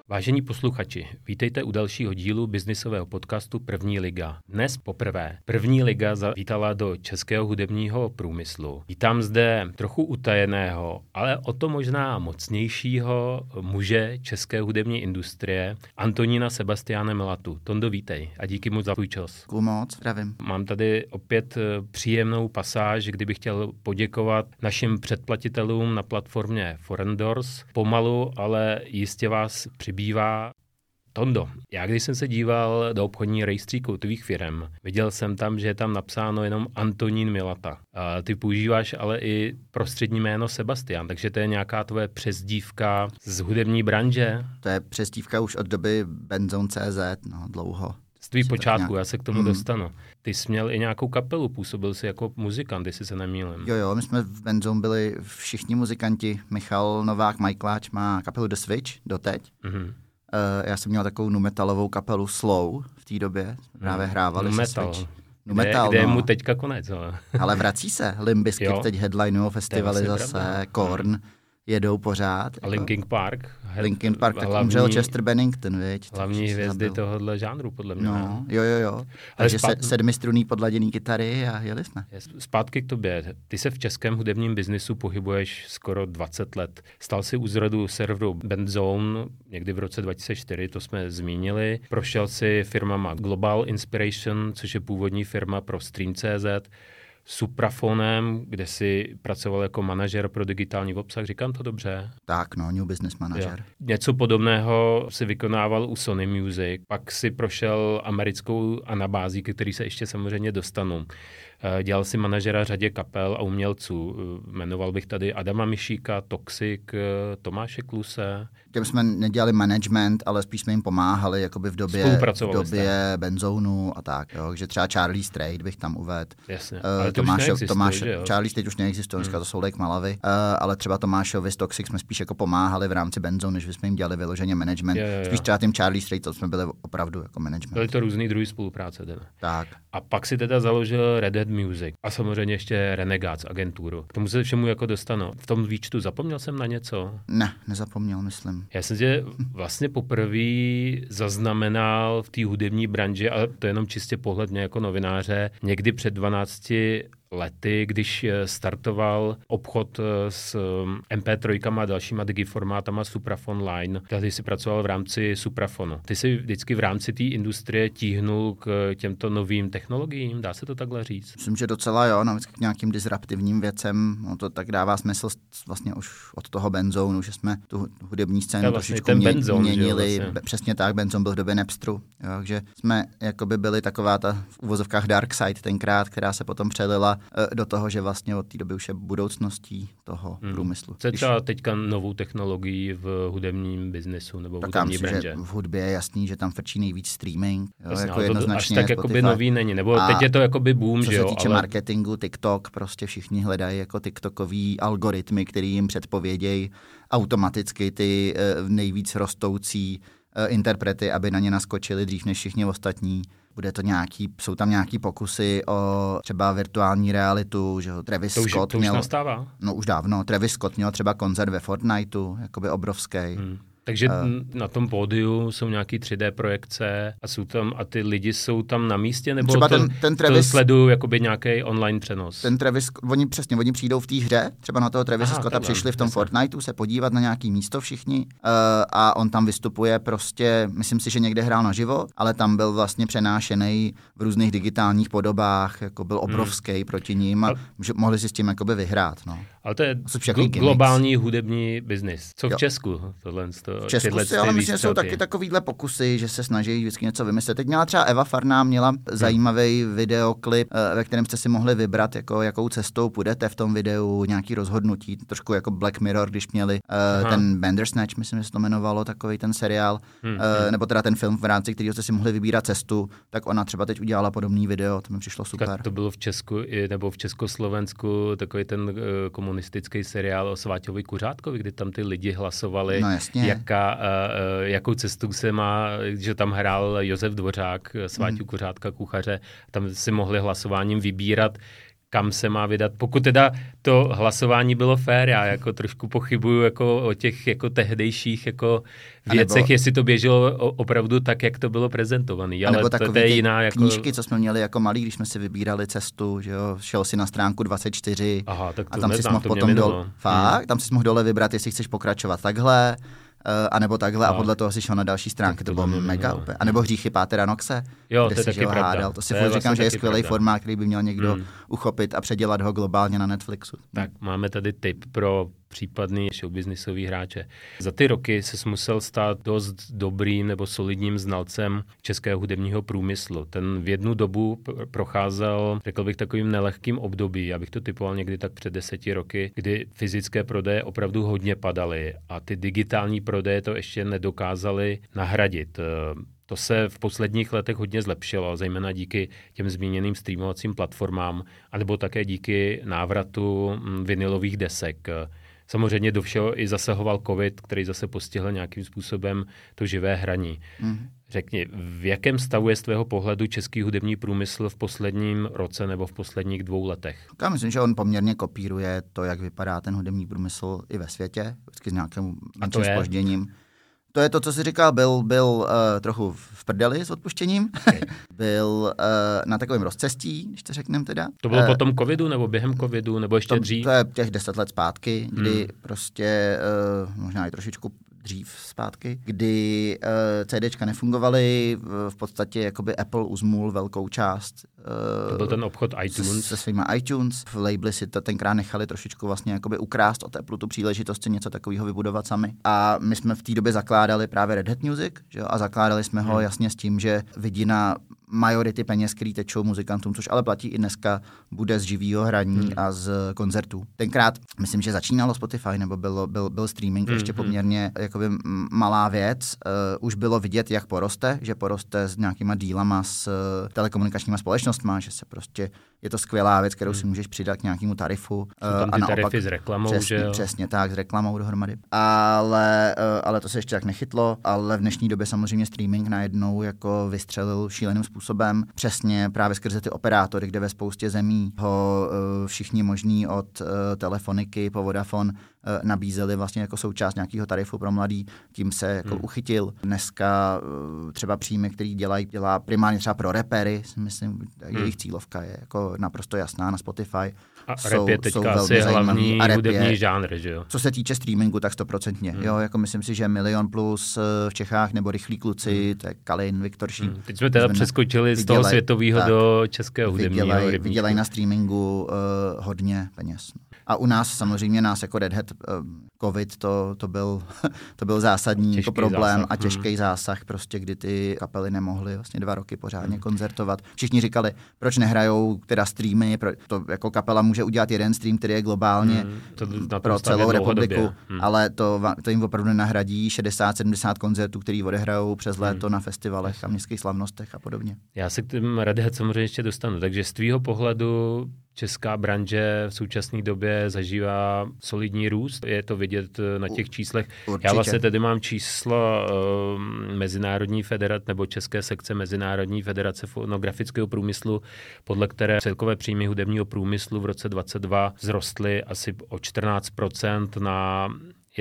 Vážení posluchači, vítejte u dalšího dílu biznisového podcastu První liga. Dnes poprvé První liga zavítala do českého hudebního průmyslu. Vítám zde trochu utajeného, ale o to možná mocnějšího muže české hudební industrie, Antonína Sebastiana Melatu. Tondo, vítej a díky moc za tvůj čas. Děkuju moc, zdravím. Mám tady opět příjemnou pasáž, kdy bych chtěl poděkovat našim předplatitelům na platformě Forendors. Pomalu, ale jistě vás přibývá. Tondo, já když jsem se díval do obchodní rejstříku tvých firem, viděl jsem tam, že je tam napsáno jenom Antonín Milata. A ty používáš ale i prostřední jméno Sebastian, takže to je nějaká tvoje přezdívka z hudební branže? To je přezdívka už od doby Benzone.cz, dlouho. Z tvých počátku, já se k tomu dostanu. Ty jsi měl i nějakou kapelu, působil jsi jako muzikant, jestli se nemýlím. Jo, my jsme v Benzone byli všichni muzikanti. Michal Novák, Majkláč má kapelu The Switch doteď. Mm-hmm. Já jsem měl takovou numetalovou kapelu Slow v té době. Právě hrávali se Switch. Kde je mu teďka konec? Ale vrací se. Limp Bizkit teď headlinují festivaly zase, Korn. Jedou pořád. A Linkin Park? Linkin Park, tak umřel Chester Bennington, viď? Hlavní hvězdy tohohle žánru, podle mě. No, jo. Takže sedmistrunný podladěný kytary a jeli jsme. Zpátky k tobě. Ty se v českém hudebním biznisu pohybuješ skoro 20 let. Stal si u zrodu serveru Benzone někdy v roce 2004, to jsme zmínili. Prošel si firmama Global Inspiration, což je původní firma pro Stream.cz, Suprafonem, kde si pracoval jako manažer pro digitální obsah, říkám to dobře? Tak, New Business Manager. Něco podobného si vykonával u Sony Music, pak si prošel americkou anabází, ke který se ještě samozřejmě dostanu. Dělal si manažera řadě kapel a umělců. Jmenoval bych tady Adama Mišíka, Toxic, Tomáše Kluse. Těm jsme nedělali management, ale spíš jsme jim pomáhali jakoby v době Benzonu a tak. Jo. Takže třeba Charlie Strait bych tam uvedl. Jasně, ale to Tomáš, Charlie Strait už neexistuje, dneska to jsou Lake Malavy, ale třeba Tomášovi z Toxic jsme spíš jako pomáhali v rámci Benzonu, než jsme jim dělali vyloženě management. Spíš třeba tím Charlie Strait, to jsme byli opravdu jako management. Byly to různý druhy spolupráce. Teda. Tak. A pak si teda založil Red Hat Music a samozřejmě ještě Renegades agenturu. K tomu se všemu jako dostanu. V tom výčtu zapomněl jsem na něco? Ne, nezapomněl, myslím. Já jsem tě vlastně poprvé zaznamenal v té hudební branži, a to je jenom čistě pohled mě jako novináře, někdy před 12 lety, když startoval obchod s MP3 a dalšíma digiformátama Suprafon Line. Tady si pracoval v rámci Suprafonu. Ty si vždycky v rámci té industrie tíhnul k těmto novým technologiím, dá se to takhle říct? Myslím, že docela jo, k nějakým disruptivním věcem. To tak dává smysl vlastně už od toho Benzonu, že jsme tu hudební scénu trošičku měnili. Vlastně. Přesně tak, Benzone byl v době Napsteru. Takže jsme jakoby byli taková ta v uvozovkách dark side tenkrát, která se potom přelila do toho, že vlastně od té doby už je budoucností toho průmyslu. Co je třeba teďka novou technologií v hudebním biznesu nebo v hudební branže? V hudbě je jasný, že tam frčí nejvíc streaming. Jasně, jako jednoznačně až tak jakoby nový není, nebo teď je to jakoby boom, že jo? Co se týče marketingu, TikTok, prostě všichni hledají jako TikTokový algoritmy, který jim předpovědějí automaticky ty nejvíc rostoucí interprety, aby na ně naskočili dřív než všichni ostatní. Jsou tam nějaký pokusy o třeba virtuální realitu, že Travis Scott měl... To už nastává? No už dávno. Travis Scott měl třeba koncert ve Fortniteu, jakoby obrovský. Takže na tom pódiu jsou nějaký 3D projekce a ty lidi jsou tam na místě, nebo třeba ten Travis, to sledují jakoby nějaký online přenos? Ten Travis, oni přijdou v té hře, třeba na toho Travise Scotta přišli v tom Fortniteu se podívat na nějaký místo všichni a on tam vystupuje prostě, myslím si, že někde hrál naživo, ale tam byl vlastně přenášený v různých digitálních podobách, jako byl obrovský proti ním a mohli si s tím jakoby vyhrát. No. Ale to je globální hudební biznis. Co v Česku? V Česku si, ale myslím, že jsou taky takovýhle pokusy, že se snaží vždycky něco vymyslet. Teď měla třeba Eva Farná zajímavý videoklip, ve kterém jste si mohli vybrat, jako, jakou cestou půjdete v tom videu, nějaký rozhodnutí, trošku jako Black Mirror, když měli ten Bandersnatch, myslím, že se to jmenovalo, takový ten seriál, nebo teda ten film, v rámci kterého jste si mohli vybírat cestu, tak ona třeba teď udělala podobný video, to mi přišlo super. To bylo v Česku nebo v Československu takový ten komunistický seriál o Sváťovi Kuřátkovi, kdy tam ty lidi hlasovali, jakou cestu se má, že tam hrál Josef Dvořák, Sváťu Kuřátka, kuchaře, tam si mohli hlasováním vybírat, kam se má vydat. Pokud teda to hlasování bylo fér, já jako trošku pochybuju jako o těch jako tehdejších jako věcech, jestli to běželo opravdu tak, jak to bylo prezentované. Ale to je jiná jako... knížky, co jsme měli jako malí, když jsme si vybírali cestu, že jo, šel si na stránku 24 tak to a tam si mohl potom tam si mohl dole vybrat, jestli chceš pokračovat takhle, anebo takhle a podle toho si šel na další stránky, to bylo mega úplně. A nebo Hříchy Pátera Noxe, kde si hádal. To si furt říkám, že je skvělý formát, který by měl někdo uchopit a předělat ho globálně na Netflixu. Tak máme tady tip pro případný showbiznisový hráče. Za ty roky se musel stát dost dobrým nebo solidním znalcem českého hudebního průmyslu. Ten v jednu dobu procházel, řekl bych, takovým nelehkým období. Já bych to typoval někdy tak před 10 roky, kdy fyzické prodeje opravdu hodně padaly a ty digitální prodeje to ještě nedokázaly nahradit. To se v posledních letech hodně zlepšilo, zejména díky těm zmíněným streamovacím platformám, anebo také díky návratu vinylových desek. Samozřejmě do všeho i zasahoval covid, který zase postihl nějakým způsobem to živé hraní. Řekni, v jakém stavu je z tvého pohledu český hudební průmysl v posledním roce nebo v posledních 2 letech? Já myslím, že on poměrně kopíruje to, jak vypadá ten hudební průmysl i ve světě, vždycky s nějakým menším zpožděním. To je to, co jsi říkal, byl trochu v prdeli s odpuštěním. Okay. Byl na takovém rozcestí, když to řekneme teda. To bylo po tom covidu, nebo během covidu, nebo ještě dřív? To je těch 10 let zpátky, kdy prostě možná i trošičku dřív zpátky, kdy CDčka nefungovaly, v podstatě jakoby Apple uzmul velkou část. To byl ten obchod iTunes. Se svýma iTunes. V labely si to tenkrát nechali trošičku vlastně jakoby ukrást od Apple tu příležitost si něco takového vybudovat sami. A my jsme v té době zakládali právě Red Hat Music, že? A zakládali jsme ho jasně s tím, že vidina majority peněz, který tečou muzikantům, což ale platí i dneska, bude z živého hraní a z koncertů. Tenkrát, myslím, že začínalo Spotify, nebo byl streaming ještě poměrně jakoby malá věc. Už bylo vidět, jak poroste, že poroste s nějakýma dílama s telekomunikačníma společnostma, že se prostě je to skvělá věc, kterou si můžeš přidat k nějakému tarifu. A ty tarify s reklamou, přesně, že jo? Přesně tak, s reklamou dohromady. Ale to se ještě tak nechytlo, ale v dnešní době samozřejmě streaming najednou jako vystřelil šíleným způsobem. Přesně právě skrze ty operátory, kde ve spoustě zemí ho všichni možní od Telefoniky po Vodafone nabízeli vlastně jako součást nějakého tarifu pro mladý, tím se jako uchytil. Dneska třeba příjmy, který dělá primárně třeba pro rapery, myslím, jejich cílovka je jako naprosto jasná na Spotify. A rap je teďka asi hlavní hudební žánr, že jo? Co se týče streamingu, tak 100%. Jo, jako myslím si, že Milion Plus v Čechách nebo Rychlí kluci, to je Kalin, Viktor Šíp. Teď jsme teda přeskočili z toho světového do českého hudebního rybníku. Vydělají na streamingu hodně peněz. A u nás samozřejmě jako Red Hat covid to byl zásadní jako problém a těžký zásah, prostě kdy ty kapely nemohly vlastně 2 roky pořádně koncertovat. Všichni říkali, proč nehrajou teda streamy, to jako kapela může udělat jeden stream, který je globálně pro celou republiku, ale to jim opravdu nenahradí 60-70 koncertů, který odehrajou přes léto na festivalech a městských slavnostech a podobně. Já se k tím Red Hat samozřejmě ještě dostanu, takže z tvýho pohledu česká branže v současné době zažívá solidní růst. Je to vidět na těch číslech. Určitě. Já vlastně tady mám číslo Mezinárodní federace nebo České sekce Mezinárodní federace fonografického průmyslu, podle které celkové příjmy hudebního průmyslu v roce 2022 vzrostly asi o 14% na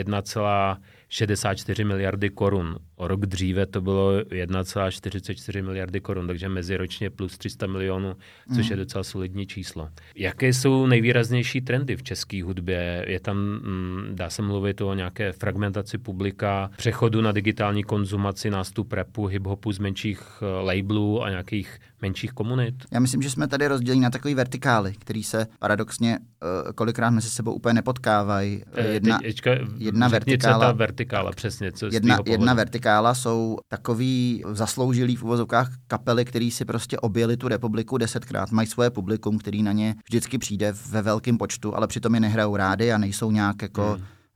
1,64 miliardy korun. O rok dříve to bylo 1,44 miliardy korun, takže meziročně plus 300 milionů, což je docela solidní číslo. Jaké jsou nejvýraznější trendy v české hudbě? Je tam, dá se mluvit o nějaké fragmentaci publika, přechodu na digitální konzumaci, nástup rapu, hip-hopu z menších labelů a nějakých menších komunit? Já myslím, že jsme tady rozdělení na takový vertikály, který se paradoxně kolikrát mezi sebou úplně nepotkávají. Jedna vertikála, přesně. Jedna vertikála jsou takový zasloužilí v uvozovkách kapely, který si prostě objeli tu republiku 10krát, mají svoje publikum, který na ně vždycky přijde ve velkém počtu, ale přitom je nehrajou rády a nejsou nějak jako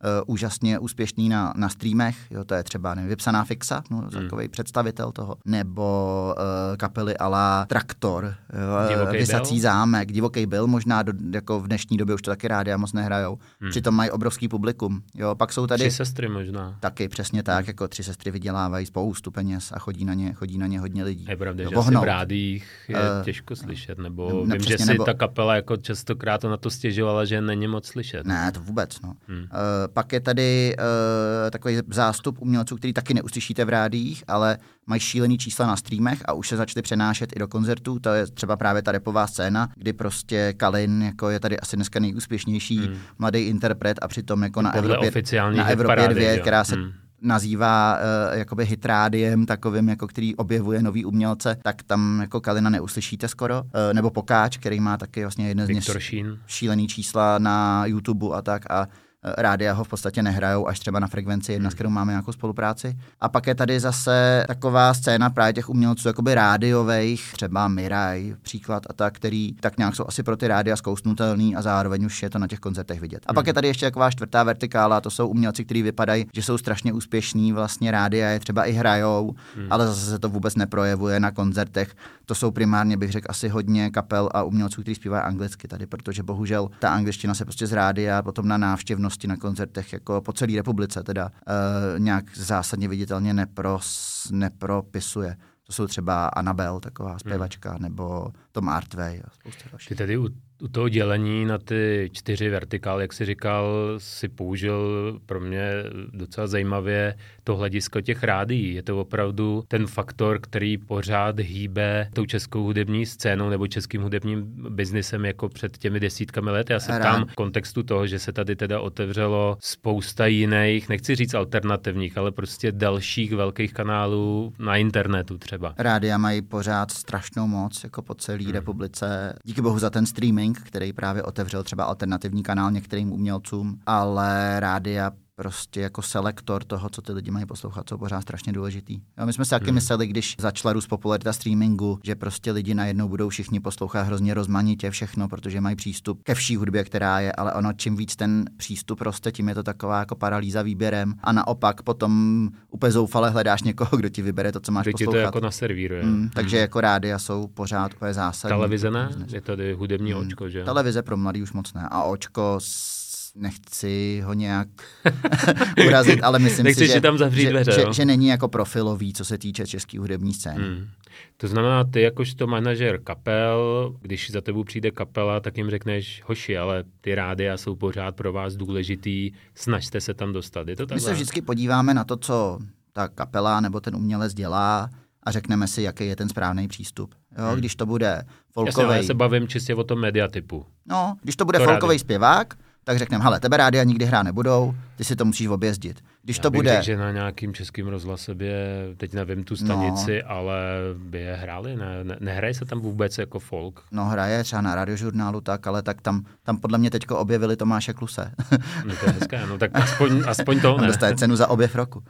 úžasně úspěšný na streamech, jo, to je třeba Vypsaná fixa, takový představitel toho, nebo kapely a la Traktor, Vysací zámek, Divoký byl, možná jako v dnešní době už to taky rádia moc nehrajou. Přitom mají obrovský publikum. Jo, pak jsou tady 3 sestry možná. Taky přesně tak, jako 3 sestry vydělávají spoustu peněz a chodí na ně hodně lidí. Je pravda, že asi v rádiích je těžko slyšet, nebo vím, že si ta kapela jako častokrát to na to stěžovala, že není moc slyšet. Ne, to vůbec. No. Pak je tady takový zástup umělců, který taky neuslyšíte v rádiích, ale mají šílený čísla na streamech a už se začaly přenášet i do koncertů. To je třeba právě ta rapová scéna, kdy prostě Kalin jako je tady asi dneska nejúspěšnější mladý interpret a přitom jako na Evropě 2, která se nazývá jakoby hitrádiem takovým, jako který objevuje nový umělce, tak tam jako Kalina neuslyšíte skoro. Nebo Pokáč, který má taky vlastně jedno z šílený čísla na YouTube a tak a rádia ho v podstatě nehrajou až třeba na Frekvenci 1, s kterou máme nějakou spolupráci. A pak je tady zase taková scéna právě těch umělců jakoby rádiových, třeba Miraj, příklad a tak, který tak nějak jsou asi pro ty rádia zkousnutelný a zároveň už je to na těch koncertech vidět. A pak je tady ještě taková 4. vertikála, to jsou umělci, kteří vypadají, že jsou strašně úspěšní, vlastně rádia je třeba i hrajou, ale zase se to vůbec neprojevuje na koncertech. To jsou primárně, bych řekl, asi hodně kapel a umělců, kteří zpívají anglicky tady, protože bohužel ta angličtina se prostě z rádia potom na návštěvnost na koncertech jako po celé republice teda nějak zásadně viditelně nepropisuje. To jsou třeba Anabel, taková zpěvačka, nebo Tom Artway a spousta dalších. Ty tady u toho dělení na ty 4 vertikály, jak jsi říkal, si použil pro mě docela zajímavě to hledisko těch rádií. Je to opravdu ten faktor, který pořád hýbe tou českou hudební scénou nebo českým hudebním biznisem jako před těmi desítkami let. Já se ptám v kontextu toho, že se tady teda otevřelo spousta jiných, nechci říct alternativních, ale prostě dalších velkých kanálů na internetu třeba. Rádia mají pořád strašnou moc jako po celé republice. Díky bohu za ten streaming, který právě otevřel třeba alternativní kanál některým umělcům, ale rádia prostě jako selektor toho, co ty lidi mají poslouchat, jsou pořád strašně důležitý. Jo, my jsme si taky mysleli, když začala růst popularita streamingu, že prostě lidi najednou budou všichni poslouchat hrozně rozmanitě všechno, protože mají přístup ke vší hudbě, která je, ale ono čím víc ten přístup roste, tím je to taková jako paralýza výběrem a naopak potom úplně zoufale hledáš někoho, kdo ti vybere to, co máš poslouchat. To jako naservíruje. Takže jako rádia jsou pořád úplně zásadní. Televize ne? Je tady hudební očko, že? Televize pro mladý už moc ne. A očko nechci ho nějak urazit, ale myslím si, že není jako profilový, co se týče české hudební scény. To znamená, ty jakožto manažer kapel, když za tebou přijde kapela, tak jim řekneš, hoši, ale ty rádia jsou pořád pro vás důležitý, snažte se tam dostat. Je to takhle? My se vždycky podíváme na to, co ta kapela nebo ten umělec dělá a řekneme si, jaký je ten správný přístup. Jo, když to bude folkovej... Já se bavím čistě o tom mediatypu. No, když to bude folkovej zpěvák, tak řekneme, hele, tebe rádia nikdy hrát nebudou, ty si to musíš objezdit. Když já to bude... řekl, že na nějakým českým rozhlase by je, teď nevím tu stanici, ale by je hráli, nehraje se tam vůbec jako folk? No hraje třeba na radiožurnálu tak, ale tak tam podle mě teďko objevili Tomáše Kluse. No to je hezké, no tak aspoň to ne. Dostane cenu za objev roku.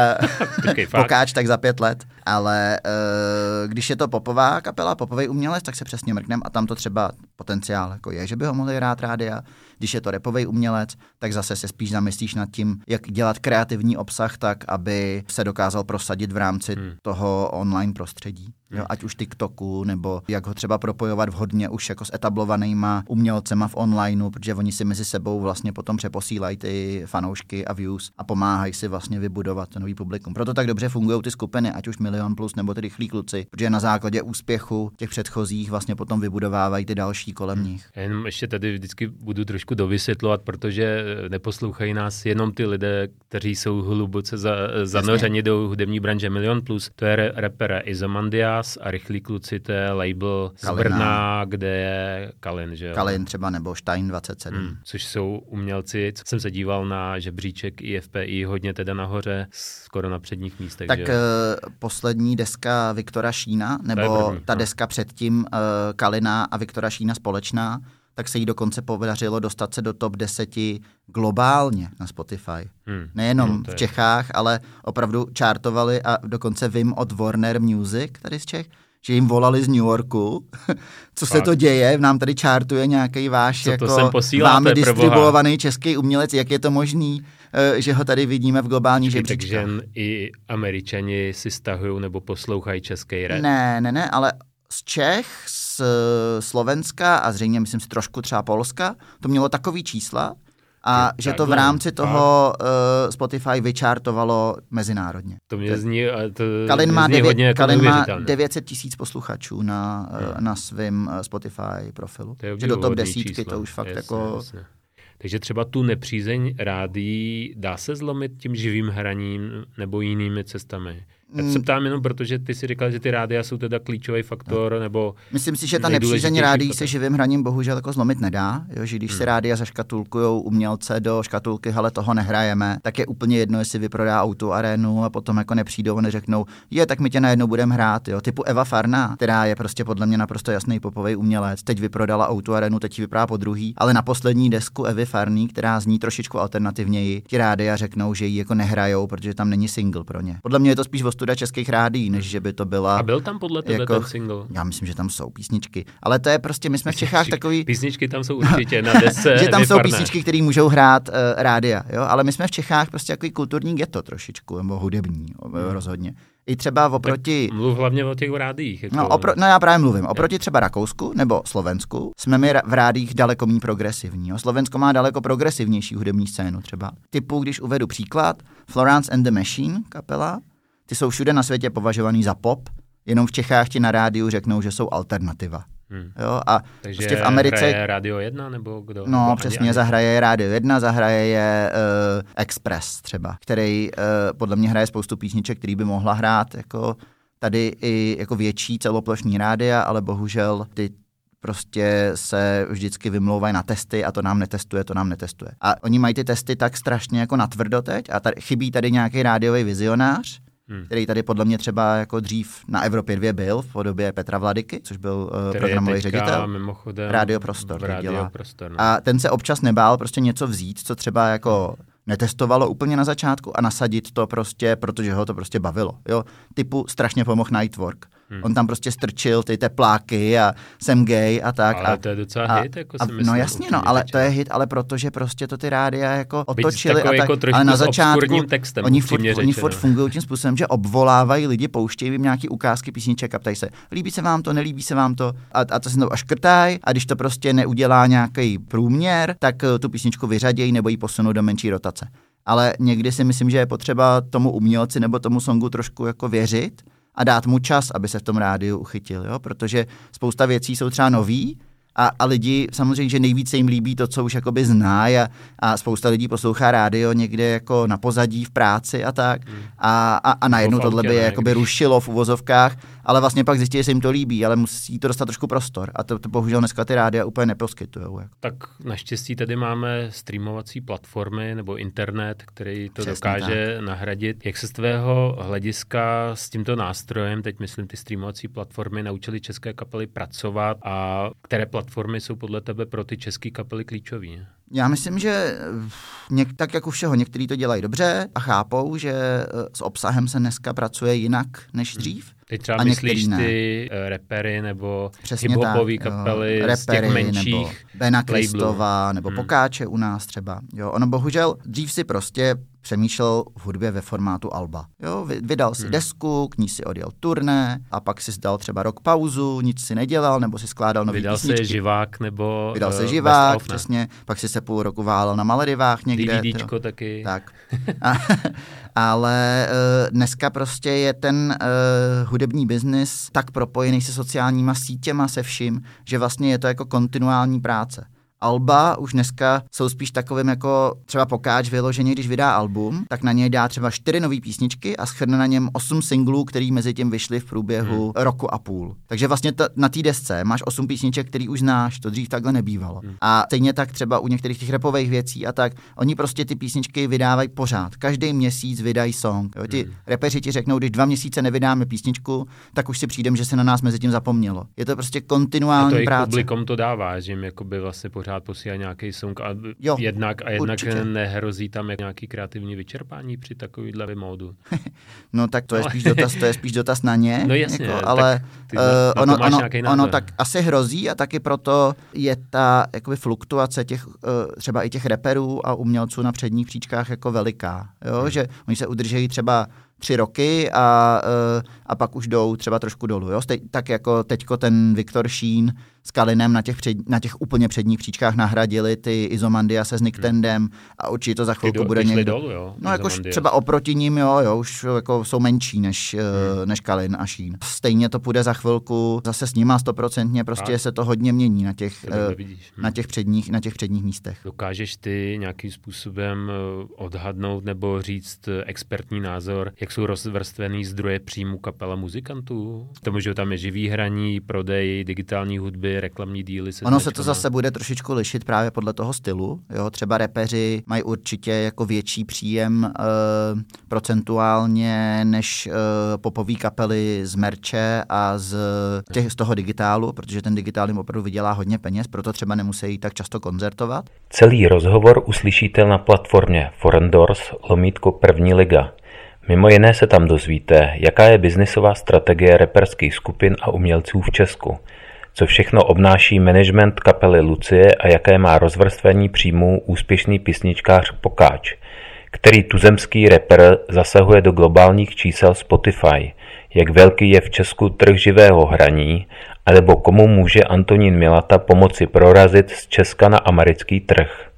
Pokáč tak za 5 let, ale když je to popová kapela, popovej umělec, tak se přesně mrknem a tam to třeba potenciál jako je, že by ho mohli hrát rádia. Když je to rapovej umělec, tak zase se spíš zamyslíš nad tím, jak dělat kreativní obsah tak, aby se dokázal prosadit v rámci toho online prostředí. Jo, ať už TikToku, nebo jak ho třeba propojovat vhodně už jako s etablovanýma umělcema v onlineu, protože oni si mezi sebou vlastně potom přeposílají ty fanoušky a views a pomáhají si vlastně vybudovat ten nový publikum. Proto tak dobře fungují ty skupiny, ať už Milion Plus nebo ty Rychlí kluci, protože na základě úspěchu těch předchozích vlastně potom vybudovávají ty další kolem nich. Já jenom ještě tady vždycky budu trošku dovysvětlovat, protože neposlouchají nás jenom ty lidé, kteří jsou hluboce zanořeni do hudební branže. Milion Plus, to je rapper Izomandias a Rychlí kluci, to je label z Brna, kde je Kalin, že jo? Kalin třeba nebo Stein 27. Což jsou umělci, jsem se díval na žebříček IFPI, hodně teda nahoře, skoro na předních místech. Tak poslední deska Viktora Šína, nebo ta deska předtím Kalina a Viktora Šína společná, tak se jí dokonce podařilo dostat se do top 10 globálně na Spotify. Nejenom v Čechách, ale opravdu čartovali a dokonce vím od Warner Music tady z Čech, že jim volali z New Yorku, co se to děje, nám tady čártuje nějaký váš jako vámi distribuovaný český umělec, jak je to možný, že ho tady vidíme v globální žebříčkách. Takže i Američani si stahují nebo poslouchají český rap? Ne, ale z Čech, z Slovenska a zřejmě, myslím si, trošku třeba Polska, to mělo takový čísla, a že to v rámci toho Spotify vyčártovalo mezinárodně. To mě zní, Kalin má hodně jako Kalin má 900 000 posluchačů na svém Spotify profilu. Že do top 10 to už fakt jasně. Takže třeba tu nepřízeň rádií dá se zlomit tím živým hraním nebo jinými cestami? Já se ptám jenom, protože ty si říkal, že ty rádia jsou teda klíčový faktor, nebo... Myslím si, že ta nepřízeň rádií se živým hraním bohužel jako zlomit nedá, jo? Že když se rádia zaškatulkujou umělce do škatulky, hele, toho nehrajeme, tak je úplně jedno, jestli vyprodá auto arénu a potom jako nepřijdou a neřeknou, tak my tě najednou budeme hrát, jo? Typu Eva Farná, která je prostě podle mě naprosto jasný popový umělec, teď vyprodala auto arénu, teď ji vypadá po druhý, ale na poslední desku Evy Farný, která zní trošičku alternativněji, ti rádia řeknou, že ji jako nehrajou, protože tam není single pro ně. Podle mě je to spíš ostuda českých rádií, než že by to byla. A byl tam podle tebe ten single? Já myslím, že tam jsou písničky, ale to je prostě, my jsme v Čechách takový... Písničky tam jsou určitě na desce. Že tam jsou písničky, které můžou hrát rádia, jo, ale my jsme v Čechách prostě takový kulturní ghetto trošičku, nebo hudební, rozhodně. I třeba oproti... Tak mluv hlavně o těch rádiích. Jako... No já právě mluvím. Oproti třeba Rakousku nebo Slovensku jsme my v rádiích daleko méně progresivní. Jo? Slovensko má daleko progresivnější hudební scénu třeba. Typu, když uvedu příklad, Florence and the Machine kapela, ty jsou všude na světě považovaný za pop, jenom v Čechách ti na rádiu řeknou, že jsou alternativa. Jo, a takže prostě v Americe hraje Radio 1 nebo kdo? No, nebo přesně, zahraje Radio 1, zahraje je Express třeba, který podle mě hraje spoustu písniček, který by mohla hrát jako tady i jako větší celoplošní rádia, ale bohužel ty prostě se vždycky vymlouvají na testy a to nám netestuje. A oni mají ty testy tak strašně jako natvrdo teď a tady, chybí tady nějaký rádiový vizionář, který tady podle mě třeba jako dřív na Evropě 2 byl v podobě Petra Vladyky, což byl programový ředitel. Radio Prostor. A ten se občas nebál prostě něco vzít, co třeba jako netestovalo úplně na začátku a nasadit to prostě, protože ho to prostě bavilo. Jo? Typu strašně pomohl Nightwork. On tam prostě strčil ty tepláky a jsem gay a tak. Ale to je docela hit, jako si myslím. No jasně, ale to je hit, ale protože prostě to ty rádia jako otočili a tak. Jako ale na začátku textem, oni furt fungují tím způsobem, že obvolávají lidi, pouštějí jim nějaký ukázky písniček a ptají se, líbí se vám to, nelíbí se vám to a to se to škrtají a když to prostě neudělá nějaký průměr, tak tu písničku vyřadějí nebo ji posunou do menší rotace. Ale někdy si myslím, že je potřeba tomu umělci nebo tomu songu trošku jako věřit a dát mu čas, aby se v tom rádiu uchytil, jo? Protože spousta věcí jsou třeba nový a lidi samozřejmě, že nejvíce jim líbí to, co už jakoby zná a spousta lidí poslouchá rádio někde jako na pozadí v práci a tak a najednou tohle by je jakoby rušilo v uvozovkách, ale vlastně pak zjistí, že se jim to líbí, ale musí to dostat trošku prostor a to bohužel dneska ty rádia úplně neposkytujou. Jako. Tak naštěstí tady máme streamovací platformy nebo internet, který to přesně dokáže tak nahradit. Jak se z tvého hlediska s tímto nástrojem, teď myslím ty streamovací platformy, naučili české kapely pracovat a které platformy jsou podle tebe pro ty české kapely klíčové? Já myslím, že tak jako všeho, někteří to dělají dobře a chápou, že s obsahem se dneska pracuje jinak než dřív. Teď třeba myslíš ty rapery nebo hiphopové kapely z těch menších nebo Bena Kristova nebo Pokáče u nás třeba. Jo, ono bohužel dřív si prostě přemýšlel v hudbě ve formátu alba. Jo, vydal si desku, k ní si odjel turné a pak si dal třeba rok pauzu, nic si nedělal nebo si skládal nový písničky. Vydal se živák nebo vydal se živák, přesně. Pak si se půl roku válel na Maledivách někde. DVDčko taky. Tak. Ale dneska prostě je ten hudební biznis tak propojený se sociálníma sítěma, se vším, že vlastně je to jako kontinuální práce. Alba už dneska jsou spíš takovým jako třeba Pokáč vyloženě, když vydá album, tak na něj dá třeba 4 nové písničky a shrne na něm 8 singlů, který mezi tím vyšly v průběhu roku a půl. Takže vlastně na té desce máš 8 písniček, který už znáš, to dřív takhle nebývalo. A stejně tak třeba u některých těch rapových věcí a tak, oni prostě ty písničky vydávají pořád. Každý měsíc vydají song. Jo? Ti rapeři ti řeknou, když 2 měsíce nevydáme písničku, tak už si přijdem, že se na nás mezi tím zapomnělo. Je to prostě kontinuální práce. A to i publikum to dává, že jim jakoby vlastně pořád pořád posílají nějaký song a jo, jednak určitě. nehrozí tam nějaký kreativní vyčerpání při takovýhle módu. No tak to je spíš dotaz na ně. No jasně, jako, ale ono tak asi hrozí a taky proto je ta jakoby fluktuace těch třeba i těch rapperů a umělců na předních příčkách jako veliká. Jo? Že oni se udržejí třeba 3 roky a pak už jdou třeba trošku dolů. Jo? Tak jako teďko ten Viktor Sheen s Kalinem na těch úplně předních příčkách nahradili ty Izomandia se s Niktendem a určitě to za chvilku bude někdo. Dolů, jo? No jako třeba oproti ním, jo, už jako jsou menší než Kalin a Sheen. Stejně to půjde za chvilku zase s nima 100%, prostě se to hodně mění na těch předních místech. Dokážeš ty nějakým způsobem odhadnout nebo říct expertní názor, jak jsou rozvrstvený zdroje příjmu kapela muzikantů? Tomu, že tam je živý hraní, prodej, digitální hudby, reklamní díly. Ono se to zase bude trošičku lišit právě podle toho stylu. Jo? Třeba rapeři mají určitě jako větší příjem procentuálně než popový kapely z merče a z toho digitálu, protože ten digitál jim opravdu vydělá hodně peněz, proto třeba nemusí tak často koncertovat. Celý rozhovor uslyšíte na platformě Forendors/První liga. Mimo jiné se tam dozvíte, jaká je biznisová strategie raperských skupin a umělců v Česku, co všechno obnáší management kapely Lucie a jaké má rozvrstvení příjmů úspěšný písničkář Pokáč, který tuzemský rapper zasahuje do globálních čísel Spotify, jak velký je v Česku trh živého hraní, alebo komu může Antonín Milata pomoci prorazit z Česka na americký trh.